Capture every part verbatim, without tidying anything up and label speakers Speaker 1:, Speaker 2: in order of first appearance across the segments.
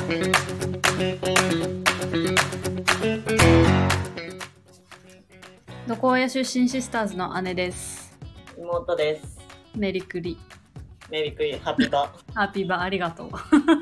Speaker 1: 毒親出身シスターズの姉です。
Speaker 2: 妹です。
Speaker 1: メリクリ。
Speaker 2: メリクリ、ハッピーバー。
Speaker 1: ハッピーバー、ありがとう。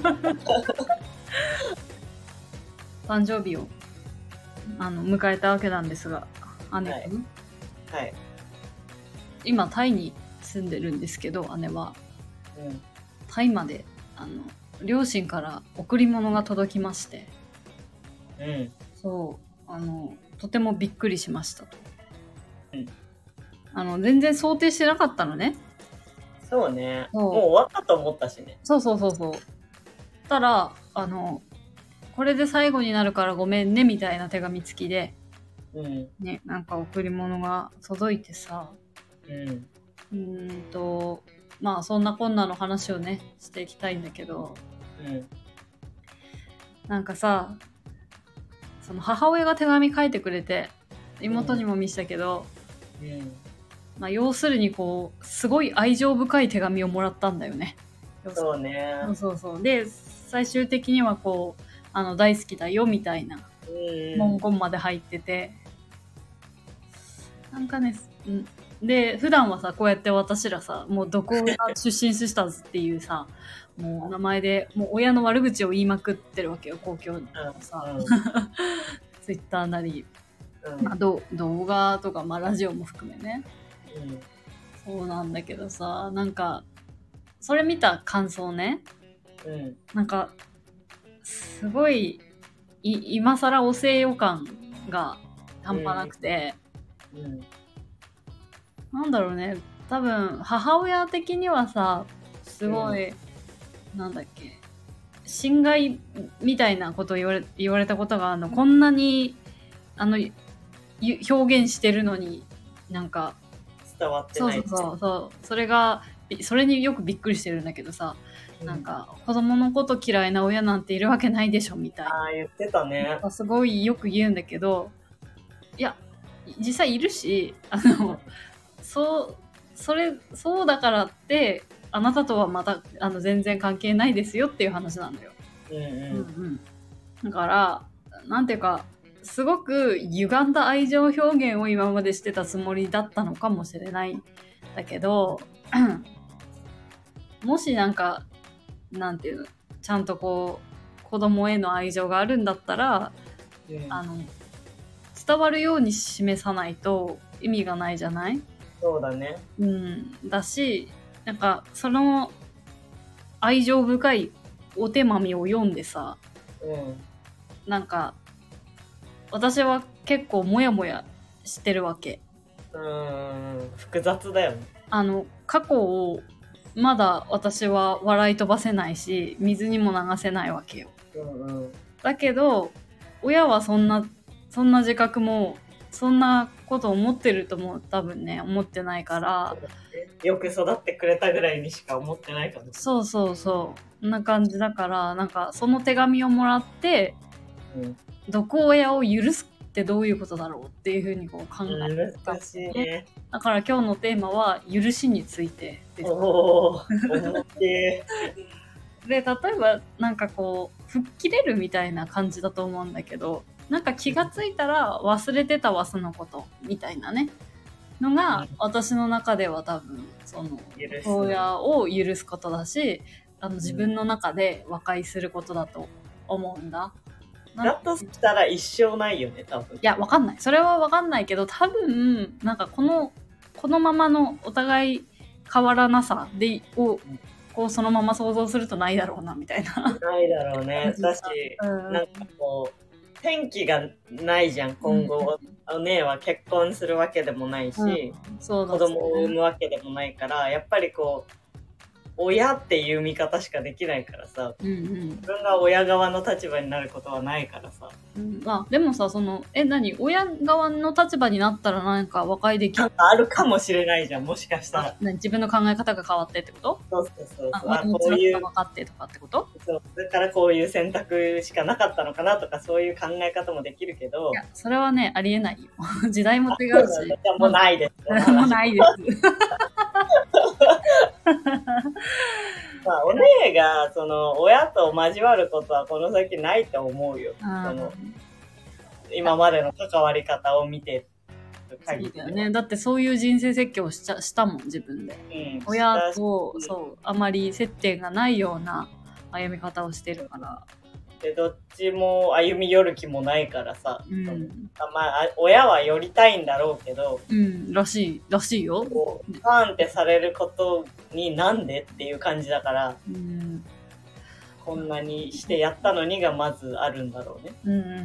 Speaker 1: 誕生日をあの迎えたわけなんですが、姉は、はい
Speaker 2: はい、
Speaker 1: 今タイに住んでるんですけど、姉は、
Speaker 2: うん、
Speaker 1: タイまであの両親から贈り物が届きまして、
Speaker 2: うん、
Speaker 1: そうあのとてもびっくりしましたと、
Speaker 2: うん、
Speaker 1: あの全然想定してなかったのね。
Speaker 2: そうね、
Speaker 1: そう
Speaker 2: もう終わったと思ったしね。
Speaker 1: そうそうそうそう。たらあのこれで最後になるからごめんねみたいな手紙付きで、
Speaker 2: うん
Speaker 1: ね、なんか贈り物が届いてさ、
Speaker 2: うん、う
Speaker 1: ーんとまあそんなこんなの話をねしていきたいんだけど、
Speaker 2: うん、
Speaker 1: なんかさ、その母親が手紙書いてくれて、妹にも見せたけど、
Speaker 2: うん、
Speaker 1: まあ、要するにこうすごい愛情深い手紙をもらったんだよね。
Speaker 2: そうね。
Speaker 1: そうそうそう。で最終的にはこうあの大好きだよみたいな文言まで入ってて、なんかね、で普段はさこうやって私らさ、もうどこが出身シスターズっていうさもう名前でもう親の悪口を言いまくってるわけよ、公共のさ、うん、ツイッターなり、うんまあ、動画とか、まあ、ラジオも含めね、うん、そうなんだけどさ、なんかそれ見た感想ね、うん、なんかすごいい今更お西洋感が半端なくて、うんうん、なんだろうね、多分母親的にはさすごい、うん、なんだっけ、侵害みたいなことを言われ、言われたことがあるの、こんなにあの表現してるのになんか
Speaker 2: 伝わってない。
Speaker 1: そうそうそうそう、それがそれによくびっくりしてるんだけどさ、うん、なんか子供のこと嫌いな親なんているわけないでしょみたいな。
Speaker 2: あー言ってたね。
Speaker 1: すごいよく言うんだけど、いや実際いるし、あのそうそれそうだからってあなたとはまたあの全然関係ないですよっていう話なんだよ。
Speaker 2: うんうんうん、
Speaker 1: だからなんていうかすごく歪んだ愛情表現を今までしてたつもりだったのかもしれないんだけど、もしなんかなんていうの、ちゃんとこう子供への愛情があるんだったら、うん、あの伝わるように示さないと意味がないじゃない？
Speaker 2: そうだね。
Speaker 1: うん、だし、なんかその愛情深いお手紙を読んでさ、うん、なんか私は結構モヤモヤしてるわけ。
Speaker 2: うーん、複雑だよね。
Speaker 1: あの過去をまだ私は笑い飛ばせないし水にも流せないわけよ、うんうん、だけど親はそんなそんな自覚もそんなこと思ってるとも多分ね思ってないから、
Speaker 2: よく育ってくれたぐらいにしか思ってないかも。
Speaker 1: そうそうそう、こんな感じだから、なんかその手紙をもらって、うん、毒親を許すってどういうことだろうっていうふうにこう考えた、
Speaker 2: 難しいね。
Speaker 1: だから今日のテーマは許しについてです。
Speaker 2: おー、重い。
Speaker 1: で例えばなんかこう吹っ切れるみたいな感じだと思うんだけど、なんか気がついたら忘れてたわそのことみたいなねのが、うん、私の中では多分その親を許すことだし、あの自分の中で和解することだと思うんだ。
Speaker 2: だとしたら一生ないよね多分。
Speaker 1: いやわかんない、それはわかんないけど、多分なんかこのこのままのお互い変わらなさでをこうそのまま想像するとないだろうなみたいな。
Speaker 2: ないだろうね。だし、うん、なんかこう転機がないじゃん今後、うん、お姉は結婚するわけでもないし、うん、そうだね、子供を産むわけでもないから、やっぱりこう親っていう見方しかできないからさ、うんうん、自分が親側の立場になることはないからさ、
Speaker 1: うん、あでもさ、そのえ何親側の立場になったらなんか和解できる、
Speaker 2: なんかあるかもしれないじゃん、もしかしたら。
Speaker 1: 自分の考え方が変わってってこと？
Speaker 2: そうそうそうそう、
Speaker 1: あこういう分かってとかってこと？
Speaker 2: そう、だからこういう選択しかなかったのかなとか、そういう考え方もできるけど、
Speaker 1: いやそれはねありえないよ。時代も違うし。
Speaker 2: もうないです。
Speaker 1: もうないです。
Speaker 2: まあ、お姉が、その、親と交わることはこの先ないと思うよ。その、今までの関わり方を見てる限り。
Speaker 1: そうだよね。だってそういう人生設計をしちゃしたもん、自分で。うん、親と、そう、あまり接点がないような歩み方をしてるから。
Speaker 2: で、どっちも歩み寄る気もないからさ。
Speaker 1: うん。
Speaker 2: まあ、親は寄りたいんだろうけど。
Speaker 1: うん、らしい、らしいよ。
Speaker 2: パーンってされることになんでっていう感じだから。
Speaker 1: うん。
Speaker 2: こんなにしてやったのにがまずあるんだろうね。
Speaker 1: うんうんうん。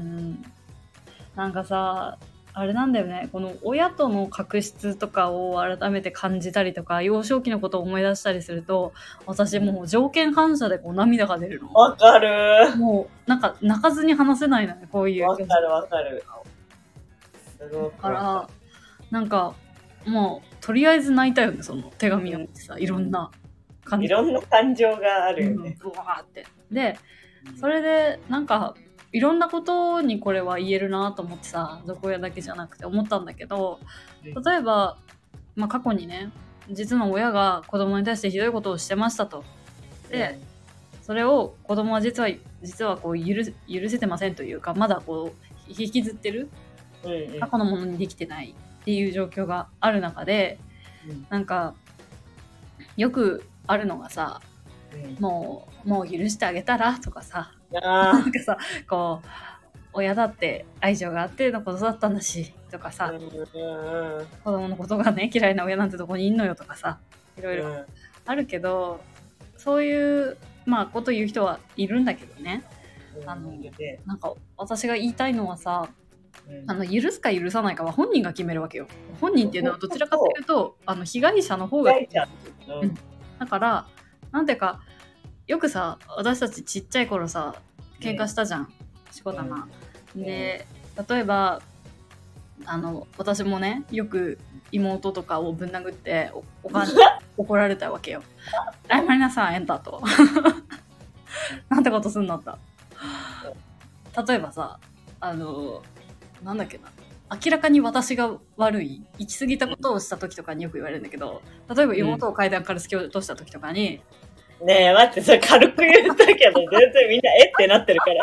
Speaker 1: なんかさ、あれなんだよね、この親との確執とかを改めて感じたりとか、幼少期のことを思い出したりすると、私もう条件反射でこう涙が出るの。
Speaker 2: わかる。
Speaker 1: もうなんか泣かずに話せないのね、こういう。
Speaker 2: わかるわかる。
Speaker 1: すごく。だからなんかもうとりあえず泣いたよね、その手紙を見てさ、いろんな
Speaker 2: 感情。いろんな感情があるよね。
Speaker 1: ブワーって。で、それでなんか。いろんなことにこれは言えるなと思ってさ、毒親だけじゃなくて思ったんだけど、例えば、まあ、過去にね、実の親が子供に対してひどいことをしてましたと。で、それを子供は実は、実はこう許、許せてませんというか、まだこう、引きずってる、うんうん、過去のものにできてないっていう状況がある中で、うん、なんか、よくあるのがさ、うん、もう、もう許してあげたらとかさ、なんかさ、こう、親だって愛情があってのことだったんだし、とかさ、うん、子供のことがね、嫌いな親なんてどこにいんのよとかさ、いろいろあるけど、そういう、まあ、こと言う人はいるんだけどね。あの、なんか、私が言いたいのはさ、あの許すか許さないかは本人が決めるわけよ。本人っていうのはどちらかというと、あの被害者の方が決める。うん、だから、なんていうか、よくさ、私たちちっちゃい頃さ、喧嘩したじゃん、しこたま。で、例えば、あの、私もね、よく妹とかをぶん殴って、お、おかんに怒られたわけよ。謝りなさい、エンタと。なんてことすんのった。例えばさ、あの、なんだっけな。明らかに私が悪い、行き過ぎたことをした時とかによく言われるんだけど、例えば妹を階段から突き落とした時とかに、
Speaker 2: ねえ、待って、それ軽く言ったけど、全然みんな、えってなってるから。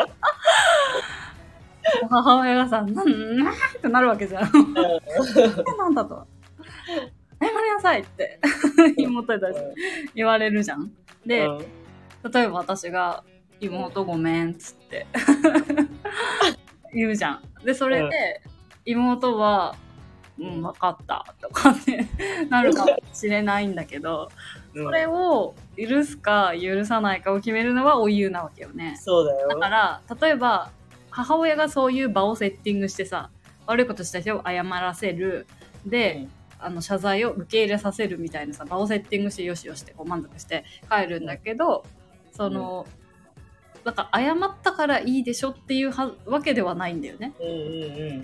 Speaker 1: 母親がさ、なん、なんってなるわけじゃん。うん、なんだと。謝りなさいって妹に対して言われるじゃん。で、うん、例えば私が、妹ごめんっつって言うじゃん。で、それで、妹は、うん、分かったとかってなるかもしれないんだけど、それを許すか許さないかを決めるのはおゆうなわけよね。
Speaker 2: そうだよ。
Speaker 1: だから例えば母親がそういう場をセッティングしてさ、悪いことした人を謝らせるで、うん、あの謝罪を受け入れさせるみたいなさ、場をセッティングしてよしよしってこう満足して帰るんだけど、うん、その、うん、だから謝ったからいいでしょっていうわけではないんだよね。
Speaker 2: うんうんうん、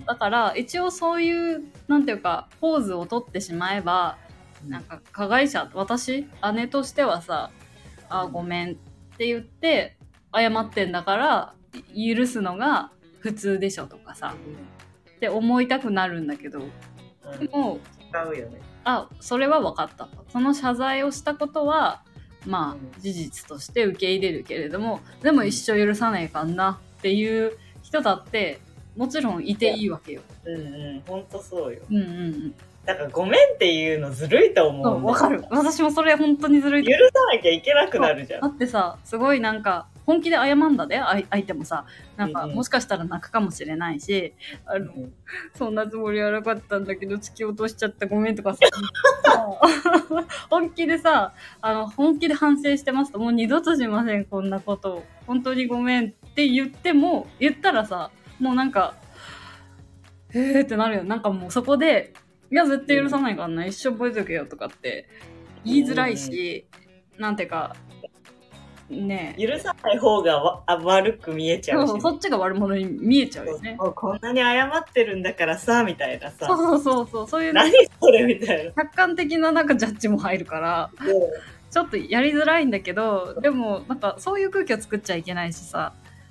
Speaker 1: だから一応そういうなんていうかポーズを取ってしまえば、なんか加害者、私姉としてはさ、あごめんって言って謝ってんだから許すのが普通でしょとかさ、うん、って思いたくなるんだけど、うん、でも
Speaker 2: 違うよね。
Speaker 1: あ、それは分かったと。その謝罪をしたことはまあ、うん、事実として受け入れるけれども、でも一生許さないかんなっていう人だってもちろんいていいわけよ。
Speaker 2: うんうん、ほんとそうよ。
Speaker 1: うんうんうん。
Speaker 2: だからごめんっていうのずるいと思う。
Speaker 1: そう、わかる。私もそれ本当にずるい。
Speaker 2: 許さなきゃいけなくなるじゃん。
Speaker 1: だってさ、すごいなんか本気で謝んだで、相手もさ、なんか、うんうん、もしかしたら泣くかもしれないし、あの、うん、そんなつもりはなかったんだけど突き落としちゃったごめんとかさ、本気でさ、あの本気で反省してますと、もう二度としませんこんなことを、本当にごめんって言っても、言ったらさ、もうなんかへーってなるよ。なんかもうそこで、いや絶対許さないからな、うん、一生覚えとけよとかって言いづらいし、うん、なんていうかね、
Speaker 2: 許さない方がわあ悪く見えちゃうし、
Speaker 1: そうそう、そっちが悪者に見えちゃうよね。
Speaker 2: こんなに謝ってるんだからさみたいなさ、
Speaker 1: そうそうそうそう、そういう
Speaker 2: 何それみたいな
Speaker 1: 客観的ななんかジャッジも入るから、うん、ちょっとやりづらいんだけど、でもなんかそういう空気を作っちゃいけないしさ、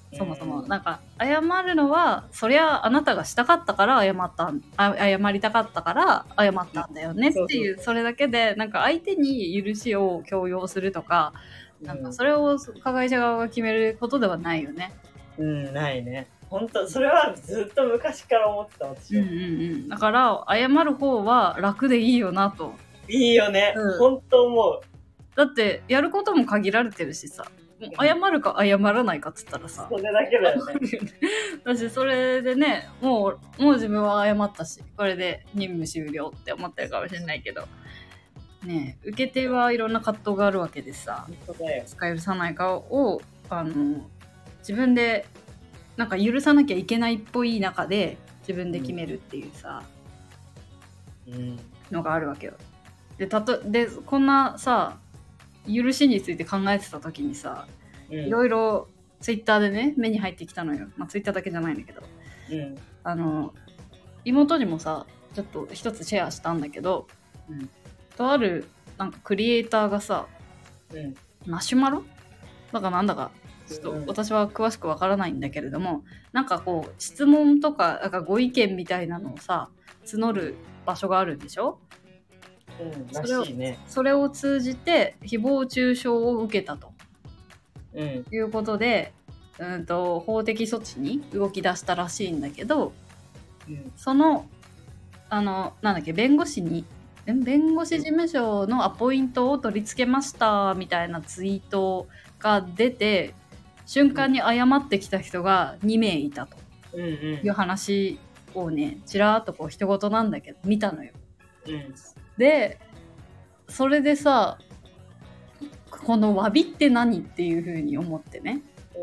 Speaker 1: そもそもなんか謝るのはそりゃあなたがしたかったから謝ったあ謝りたかったから謝ったんだよねっていう、それだけでなんか相手に許しを強要するとか、なんかそれを加害者側が決めることではないよね。
Speaker 2: うん、ないね。本当それはずっと昔から思ってた私は。
Speaker 1: うんうんうん。だから謝る方は楽でいいよなと。
Speaker 2: いいよね。うん、本当思う。
Speaker 1: だってやることも限られてるしさ。謝るか謝らないかっつったらさ、
Speaker 2: それだけだよね。
Speaker 1: 私それでね、もうもう自分は謝ったし、これで任務終了って思ってるかもしれないけどね、受け手はいろんな葛藤があるわけでさ、使い許さないかをあの自分でなんか許さなきゃいけないっぽい中で自分で決めるっていうさ、うん、のがあるわけよ。でたとでこんなさ許しについて考えてた時にさ、うん、いろいろツイッターでね目に入ってきたのよ。まあツイッターだけじゃないんだけど、うん、あの妹にもさちょっと一つシェアしたんだけど、うん、とあるなんかクリエイターがさ、うん、マシュマロだかなんだかちょっと私は詳しくわからないんだけれども、なんかこう質問とかなんかご意見みたいなのをさ募る場所があるんでしょ。うん、らしいね。それを、それを通じて誹謗中傷を受けたと、うん、いうことで、うんと法的措置に動き出したらしいんだけど、うん、そのあのなんだっけ弁護士に弁護士事務所のアポイントを取り付けましたみたいなツイートが出て瞬間に謝ってきた人がにめいいたという話をねちらーっとこう一言なんだけど見たのよ。うん、でそれでさこの詫びって何っていう風に思ってね、うん、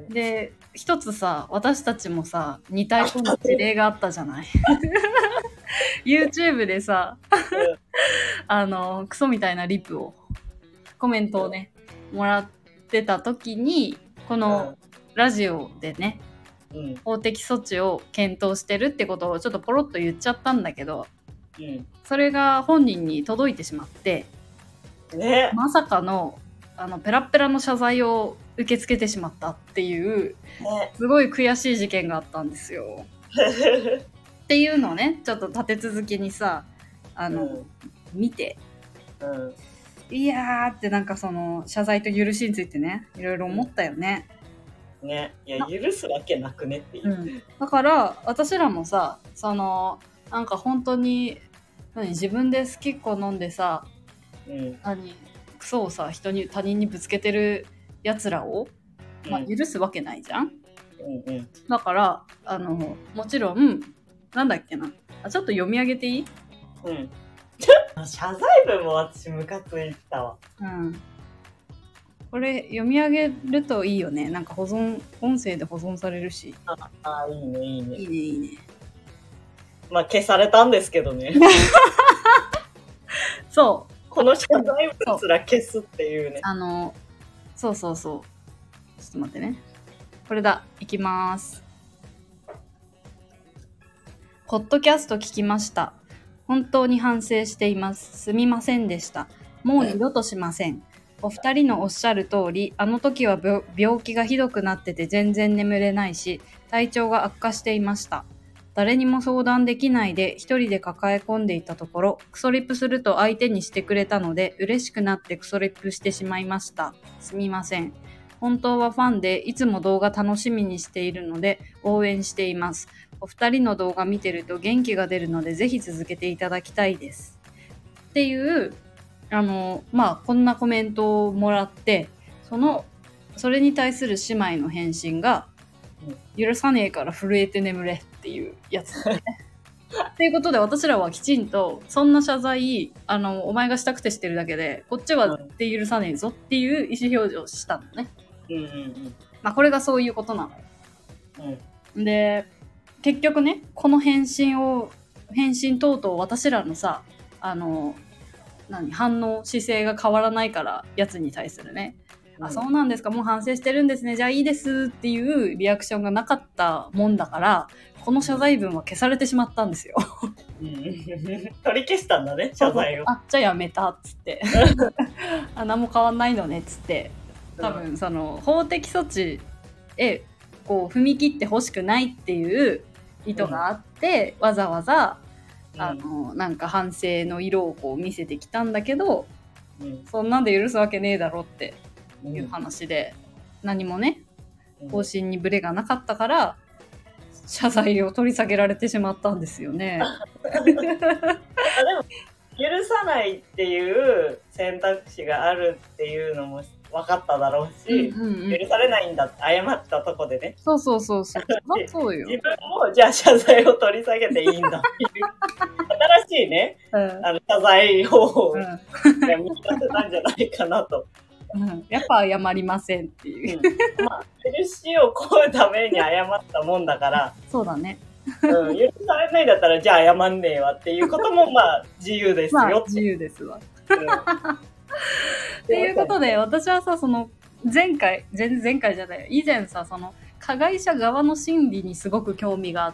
Speaker 1: で一つさ私たちもさ似たような事例があったじゃないYouTube でさあのクソみたいなリプをコメントをねもらってた時にこのラジオでね、うん、法的措置を検討してるってことをちょっとポロッと言っちゃったんだけど、うん、それが本人に届いてしまって、ね、まさかのあのペラペラの謝罪を受け付けてしまったっていう、ね、すごい悔しい事件があったんですよっていうのをねちょっと立て続けにさあの、うん、見て、うん、いやーってなんかその謝罪と許しについてねいろいろ思ったよね、
Speaker 2: うん、ねいや許すわけなくねっていう、うん、
Speaker 1: だから私らもさそのなんか本当に何自分で好きっこ飲んでさ、うん、何クソをさ人に他人にぶつけてるやつらを、まあ、許すわけないじゃん、うんうん、だからあのもちろんなんだっけなあちょっと読み上げていい？
Speaker 2: うん謝罪文も私ムカついたわ。うん。
Speaker 1: これ読み上げるといいよね。なんか保存音声で保存されるし。
Speaker 2: ああいいねいいね。
Speaker 1: いいねいいね。
Speaker 2: まあ消されたんですけどね。
Speaker 1: そう。
Speaker 2: この謝罪文すら消すっていうね。
Speaker 1: あのそうそうそう。ちょっと待ってね。これだ。いきます。ポッドキャスト聞きました。本当に反省しています。すみませんでした。もう二度としません。お二人のおっしゃる通り、あの時は病、病気がひどくなってて全然眠れないし、体調が悪化していました。誰にも相談できないで一人で抱え込んでいたところ、クソリップすると相手にしてくれたので、嬉しくなってクソリップしてしまいました。すみません。本当はファンでいつも動画楽しみにしているので応援しています。お二人の動画見てると元気が出るのでぜひ続けていただきたいです。っていうあのまあこんなコメントをもらってそのそれに対する姉妹の返信が許さねえから震えて眠れっていうやつだね。っていうことで私らはきちんとそんな謝罪あのお前がしたくてしてるだけでこっちは絶対許さねえぞっていう意思表示をしたのね。うんうんうん。まあこれがそういうことなのよ。うん、で結局ねこの返信を返信等々私らのさあの何反応姿勢が変わらないからやつに対するね、うん、あそうなんですかもう反省してるんですねじゃあいいですっていうリアクションがなかったもんだからこの謝罪文は消されてしまったんですよ、
Speaker 2: うん、取り消したんだね謝罪を。
Speaker 1: あじゃあやめたっつってあ何も変わんないのねっつって多分その法的措置へこう踏み切ってほしくないっていう意図があって、うん、わざわざあの、うん、なんか反省の色をこう見せてきたんだけど、うん、そんなんで許すわけねえだろっていう話で、うん、何もね方針にブレがなかったから謝罪を取り下げられてしまったんですよね。
Speaker 2: でも許さないっていう選択肢があるっていうのも分かっただろうし、うんうんうん、許されないんだって謝ったとこでね。
Speaker 1: そうそうそうそう。そうよ。
Speaker 2: 自分もじゃあ謝罪を取り下げていいんだっていう新しいね、うん、あの謝罪方法を、うん、見出せたんじゃないかなと。
Speaker 1: うん、やっぱ謝りませんっていう、
Speaker 2: うん、まあ許しを請うために謝ったもんだから
Speaker 1: そうだね、
Speaker 2: うん、許されないんだったらじゃあ謝んねえわっていうこともまあ自由ですよ、まあ、
Speaker 1: 自由ですわ、うん、っていうことで私はさその前回前前回じゃない以前さその加害者側の心理にすごく興味があって、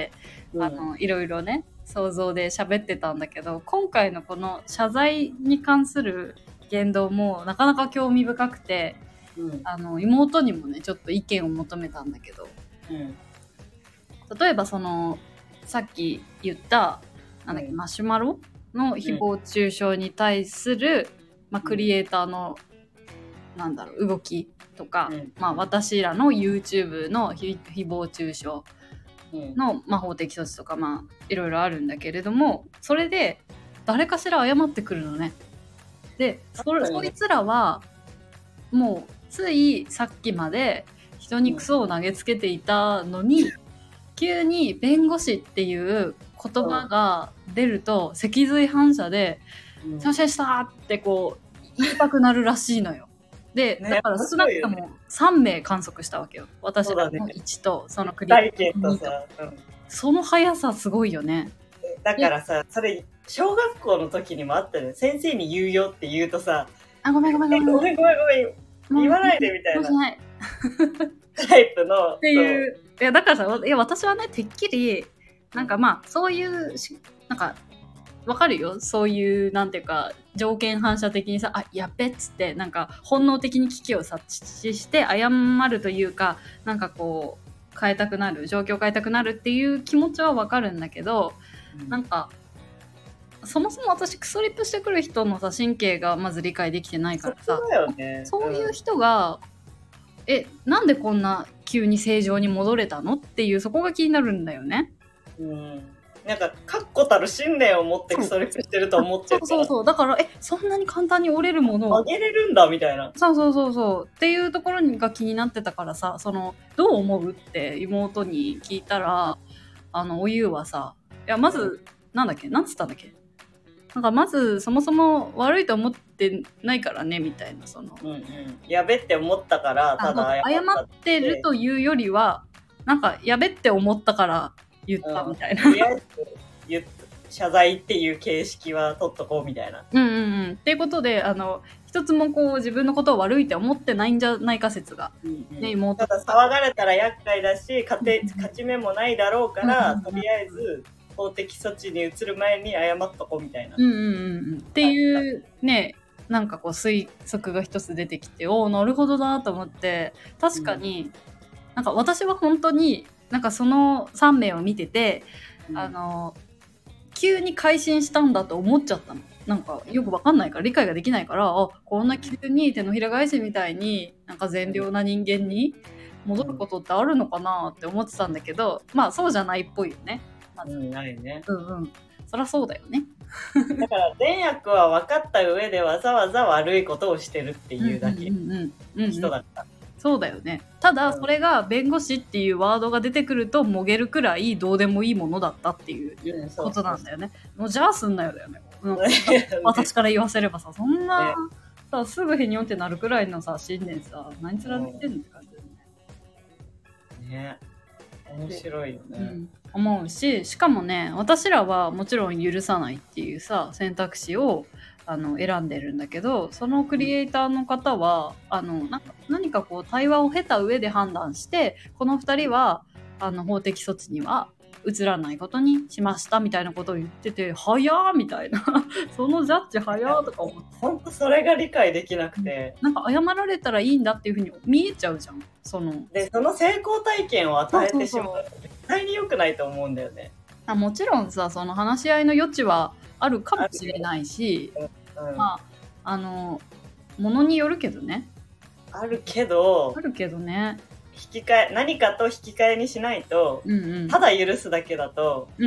Speaker 1: うん、あのいろいろね想像で喋ってたんだけど今回のこの謝罪に関する言動もなかなか興味深くて、うん、あの妹にもねちょっと意見を求めたんだけど、うん、例えばそのさっき言ったなんだっけ、うん、マシュマロの誹謗中傷に対する、うんまあ、クリエイターの、うん、なんだろう動きとか、うんまあ、私らの YouTube の誹謗中傷の、まあ、法的措置とか、まあ、いろいろあるんだけれどもそれで誰かしら謝ってくるのね。で そ, そいつらはもうついさっきまで人にクソを投げつけていたのに、うん、急に弁護士っていう言葉が出ると脊髄反射で「すいませんでした」ってこう言いたくなるらしいのよ。で、ね、だから少なくともさんめい観測したわけよ。私らのいちとそのクリエイターにと、うん、その速さすごいよね。
Speaker 2: だからさそれ小学校の時にもあったよね。先生に言うよって言うとさ
Speaker 1: あごめんごめんごめん
Speaker 2: ごめんごめんごめん言わないでみたいなないタイプの
Speaker 1: っていういやだからさいや私はねてっきりなんかまあそういうなんかわかるよそういうなんていうか条件反射的にさあやっべっつってなんか本能的に危機を察知して謝るというかなんかこう変えたくなる状況を変えたくなるっていう気持ちはわかるんだけど、うん、なんかそもそも私クソリップしてくる人のさ神経がまず理解できてないからさ
Speaker 2: そうだよね、
Speaker 1: そういう人が、うん、えなんでこんな急に正常に戻れたのっていうそこが気になるんだよね。
Speaker 2: うんなんか確固たる信念を持ってクソリップしてると思ってるから
Speaker 1: そうそうそうだからえそんなに簡単に折れるものを
Speaker 2: あげれるんだみたいな
Speaker 1: そうそうそうそうっていうところが気になってたからさそのどう思うって妹に聞いたらあのおゆうはさいやまず、うん、なんだっけなんつったんだっけなんかまずそもそも悪いと思ってないからねみたいなその、
Speaker 2: うんうん、やべって思ったからただ
Speaker 1: 謝ってるというよりはなんかやべって思ったから言ったみたいな、うん、とりあえず
Speaker 2: 言っ謝罪っていう形式は取っとこうみたいな。
Speaker 1: うんうんうん。っていうことであの一つもこう自分のことを悪いって思ってないんじゃないか説が、
Speaker 2: うんうんね、妹ただ騒がれたら厄介だし勝て勝ち目もないだろうから、うんうん、とりあえず法的措置に移る前に謝っとこうみたいな。
Speaker 1: うんうんうん、っていうねなんかこう推測が一つ出てきておーなるほどなと思って確かに、うん、なんか私は本当になんかそのさんめいを見てて、うん、あの急に改心したんだと思っちゃったの。なんかよくわかんないから理解ができないからあこんな急に手のひら返しみたいになんか善良な人間に戻ることってあるのかなって思ってたんだけどまあそうじゃないっぽいよね。
Speaker 2: まずうん、ないね。
Speaker 1: うんうん。そりゃそうだよね。
Speaker 2: だから善悪は分かった上でわざわざ悪いことをしてるっていうだけ人だった。
Speaker 1: そうだよね。ただそれが弁護士っていうワードが出てくるともげるくらいどうでもいいものだったっていうことなんだよね。もうじゃあすんなよだよね。私から言わせればさそんな、ね、さすぐへにょんってなるくらいのさ信念さ何貫いてんのって感じだよ
Speaker 2: ね。ね。面白いよね。うん
Speaker 1: 思うししかもね私らはもちろん許さないっていうさ選択肢をあの選んでるんだけどそのクリエイターの方はあのなんか何かこう対話を経た上で判断してこのふたりはあの法的措置には映らないことにしましたみたいなことを言ってて、早ーみたいなそのジャッジ早ーとか思って、
Speaker 2: 本当それが理解できなくて、
Speaker 1: なんか謝られたらいいんだっていうふうに見えちゃうじゃん。その
Speaker 2: でその成功体験を与えてしまうと絶対に良くないと思うんだよね。
Speaker 1: あ、もちろんさ、その話し合いの余地はあるかもしれないし、うん、まああのものによるけどね。
Speaker 2: あるけど
Speaker 1: あるけどね。
Speaker 2: 引き換え何かと引き換えにしないと、うんうん、ただ許すだけだと、うんうん、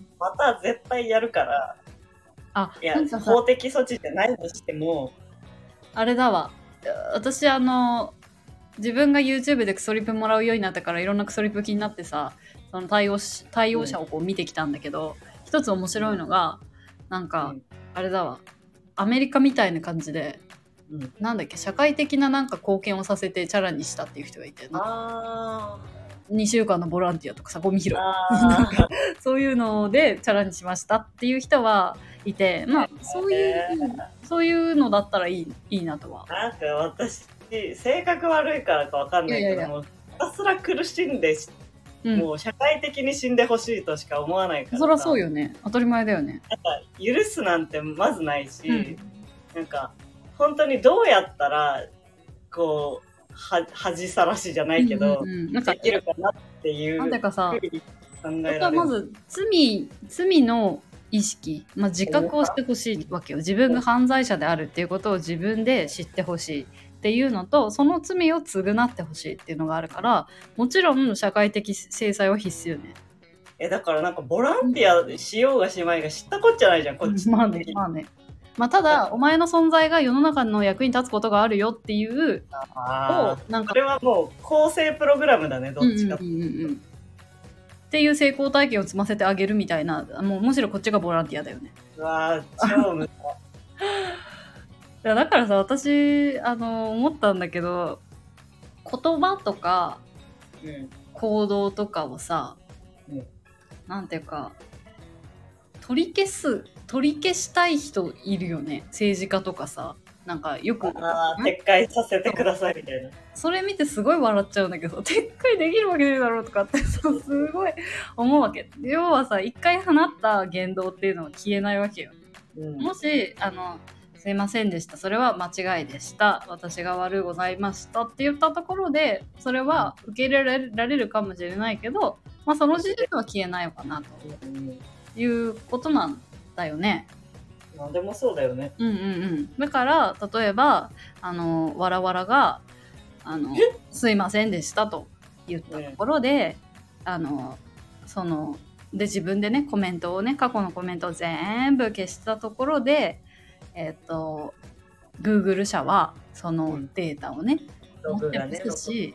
Speaker 2: また絶対やるから。あ、いや法的措置じゃないとしても
Speaker 1: あれだわ。私あの自分が YouTube でクソリプもらうようになったからいろんなクソリプ気になってさ、その対応し対応者をこう見てきたんだけど、うん、一つ面白いのがなんか、うん、あれだわ、アメリカみたいな感じで、うん、なんだっけ、社会的ななんか貢献をさせてチャラにしたっていう人がいて、あにしゅうかんのボランティアとかさ、ゴミ拾いそういうのでチャラにしましたっていう人はいて、まあそういうそういうのだったらいいいいなとは。
Speaker 2: なんか私性格悪いからかわかんないけど、いやいやいや、もうひたすら苦しんで、うん、もう社会的に死んでほしいとしか思わないからさ。
Speaker 1: そりゃそうよね、当たり前だよね。
Speaker 2: なんか許すなんてまずないし、うん、なんか本当にどうやったらこうは恥さらしじゃないけど、うんうん、なんかできるかなっていう
Speaker 1: なんていうかさ、まず罪罪の意識、まあ、自覚をしてほしいわけよ。自分が犯罪者であるっていうことを自分で知ってほしいっていうのと、その罪を償ってほしいっていうのがあるから、もちろん社会的制裁は必須よね。
Speaker 2: えだからなんかボランティアしようがしまいが知ったこっちゃないじゃん、こっち。
Speaker 1: まあね、まあね。まあ、ただお前の存在が世の中の役に立つことがあるよっていう
Speaker 2: あなんかそれはもう構成プログラムだね、どっちかっていう、うんうん、
Speaker 1: っていう成功体験を積ませてあげるみたいな、もうむしろこっちがボランティアだよね。
Speaker 2: うわー超無駄
Speaker 1: だからさ、私あの思ったんだけど、言葉とか、うん、行動とかをさ、うん、なんていうか取り消す取り消したい人いるよね、政治家とかさ。なんかよく
Speaker 2: あ撤回させてくださいみたいな。
Speaker 1: それ見てすごい笑っちゃうんだけど、撤回できるわけないだろうとかってさ、すごい思うわけ。要はさ、一回放った言動っていうのは消えないわけよ、うん、もしあのすいませんでした、それは間違いでした、私が悪うございましたって言ったところで、それは受け入れられるかもしれないけど、まあ、その事実は消えないのかなということなんだよね。
Speaker 2: なんでもそうだよね。
Speaker 1: うんうんうん。だから例えばあのわらわらがあのすいませんでしたと言ったところで、うん、あのそので自分でねコメントをね過去のコメントを全部消したところで、えっと Google 社はそのデータをね、うん、持ってますし、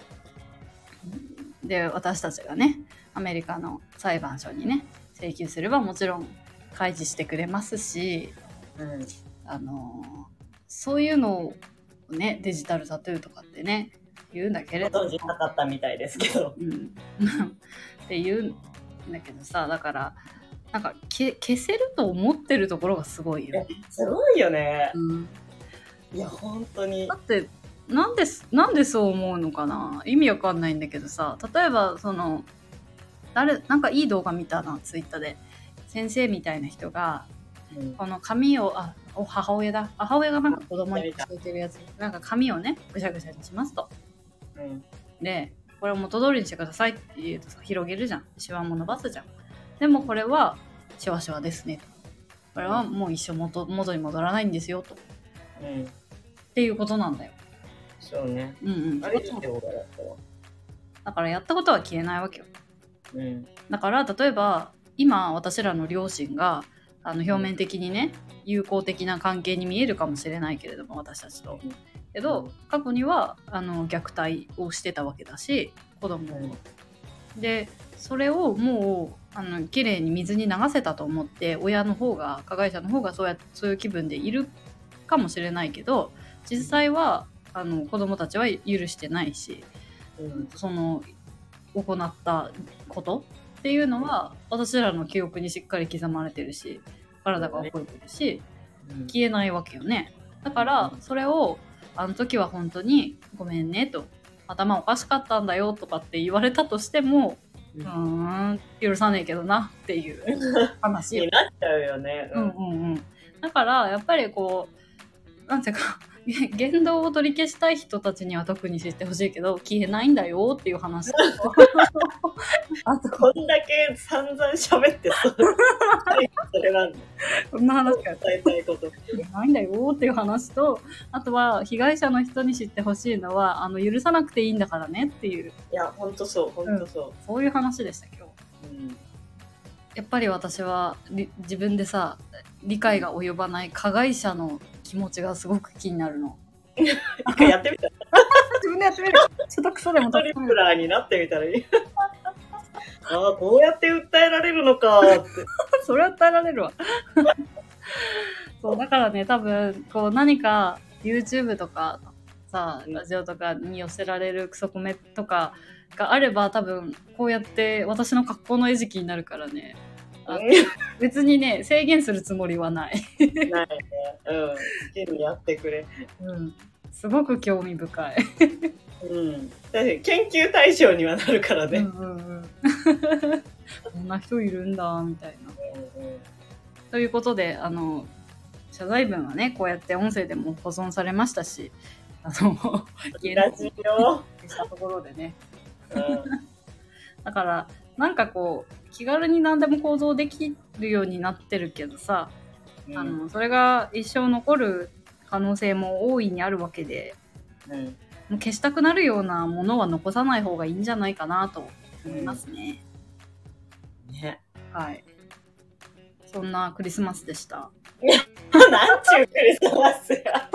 Speaker 1: ね、で私たちがねアメリカの裁判所にね請求すればもちろん開示してくれますし、うん、あのそういうのをねデジタルタトゥーとかってね言うんだけれども、
Speaker 2: 当時なかったみたいですけど、うん、
Speaker 1: って言うんだけどさ、だからなんか消せると思ってるところがすごいよね。
Speaker 2: すごいよね、うん、いや本当に。
Speaker 1: だってなんでなんでそう思うのかな、意味わかんないんだけどさ、例えばその誰なんかいい動画見たなツイッターで、先生みたいな人が、うん、この髪をあお母親だ母親がなんか子供に教えてるやつ、なんか髪をねぐしゃぐしゃにしますと、うん、でこれを元通りにしてくださいって言うとさ広げるじゃん、シワも伸ばすじゃん。でもこれはシワシワですねと、これはもう一生 元, 元に戻らないんですよと、うん、っていうことなんだよ。
Speaker 2: そうね、
Speaker 1: うんうん、あれいいってことだったわ。だからやったことは消えないわけよ、うん、だから例えば今私らの両親があの表面的にね友好的な関係に見えるかもしれないけれども私たちと、けど過去にはあの虐待をしてたわけだし子供を、でそれをもうあの綺麗に水に流せたと思って親の方が加害者の方がそうやそういう気分でいるかもしれないけど、実際はあの子供たちは許してないし、うん、その行ったことっていうのは私らの記憶にしっかり刻まれてるし体が覚えてるし、うん、消えないわけよね。だからそれをあの時は本当にごめんねと頭おかしかったんだよとかって言われたとしても、 うーん、許さねえけどなっていう話
Speaker 2: になっちゃうよね。
Speaker 1: うんうんうん。だからやっぱりこうなんていうか言動を取り消したい人たちには特に知ってほしいけど消えないんだよっていう話
Speaker 2: あとこんだけ散々喋ってそれなんだ
Speaker 1: そんな話が
Speaker 2: 伝えたいことって
Speaker 1: ないんだよっていう話と、あとは被害者の人に知ってほしいのはあの許さなくていいんだからねっていう。
Speaker 2: いやほんとそうほんとそう、うん、
Speaker 1: そういう話でした今日、うん、やっぱり私は自分でさ理解が及ばない加害者の気持ちがすごく気になるの。
Speaker 2: 一回やってみた
Speaker 1: 自分でやってみる。ちょっとクソでも
Speaker 2: トリプラーになってみたらいいああこうやって訴えられるのかって
Speaker 1: それは訴えられるわそうだからね多分こう何か YouTube とかさラジオとかに寄せられるクソコメとかがあれば多分こうやって私の格好の餌食になるからね。別にね制限するつもりはない
Speaker 2: ないね。うん好きにやってくれ。
Speaker 1: うんすごく興味深い
Speaker 2: うん確かに研究対象にはなるからね。うんうんうん
Speaker 1: こんな人いるんだみたいな、うんうん、ということであの謝罪文はねこうやって音声でも保存されましたしあの
Speaker 2: ラジオ
Speaker 1: したところでね、うん、だからなんかこう気軽に何でも構造できるようになってるけどさ、うん、あのそれが一生残る可能性も大いにあるわけで、うん、もう消したくなるようなものは残さない方がいいんじゃないかなと思いますね。
Speaker 2: うん、ね。
Speaker 1: はい。そんなクリスマスでした。
Speaker 2: なんちゅうクリスマスや。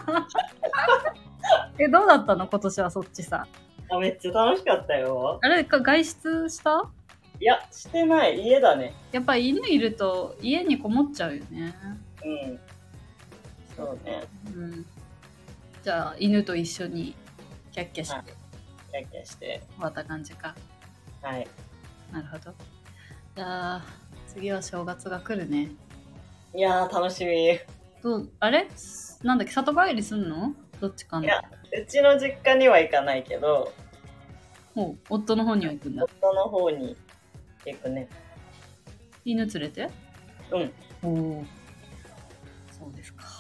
Speaker 1: え、どうだったの今年はそっちさ。
Speaker 2: あ、めっちゃ楽しかったよ。
Speaker 1: あれか外出した？
Speaker 2: いや、してない。家だね。
Speaker 1: やっぱ犬いると家にこもっちゃうよね。
Speaker 2: うん。そうね。
Speaker 1: うん。じゃあ犬と一緒にキャッキャして、はい、
Speaker 2: キャッキャして
Speaker 1: 終わった感じか。
Speaker 2: はい。
Speaker 1: なるほど。じゃあ次は正月が来るね。
Speaker 2: いやー楽しみ。
Speaker 1: どうあれなんだっけ里帰りすんの？どっちかな。
Speaker 2: いやうちの実家には行かないけど。
Speaker 1: もう夫の方には行くんだ。
Speaker 2: 夫の方に行くね。
Speaker 1: 犬連れて？
Speaker 2: うん。
Speaker 1: おお。そうですか。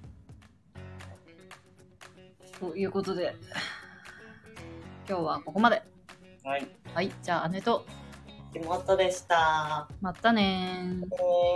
Speaker 1: ということで今日はここまで。
Speaker 2: はい。
Speaker 1: はい、じゃあ姉と
Speaker 2: 妹でした。
Speaker 1: またねー。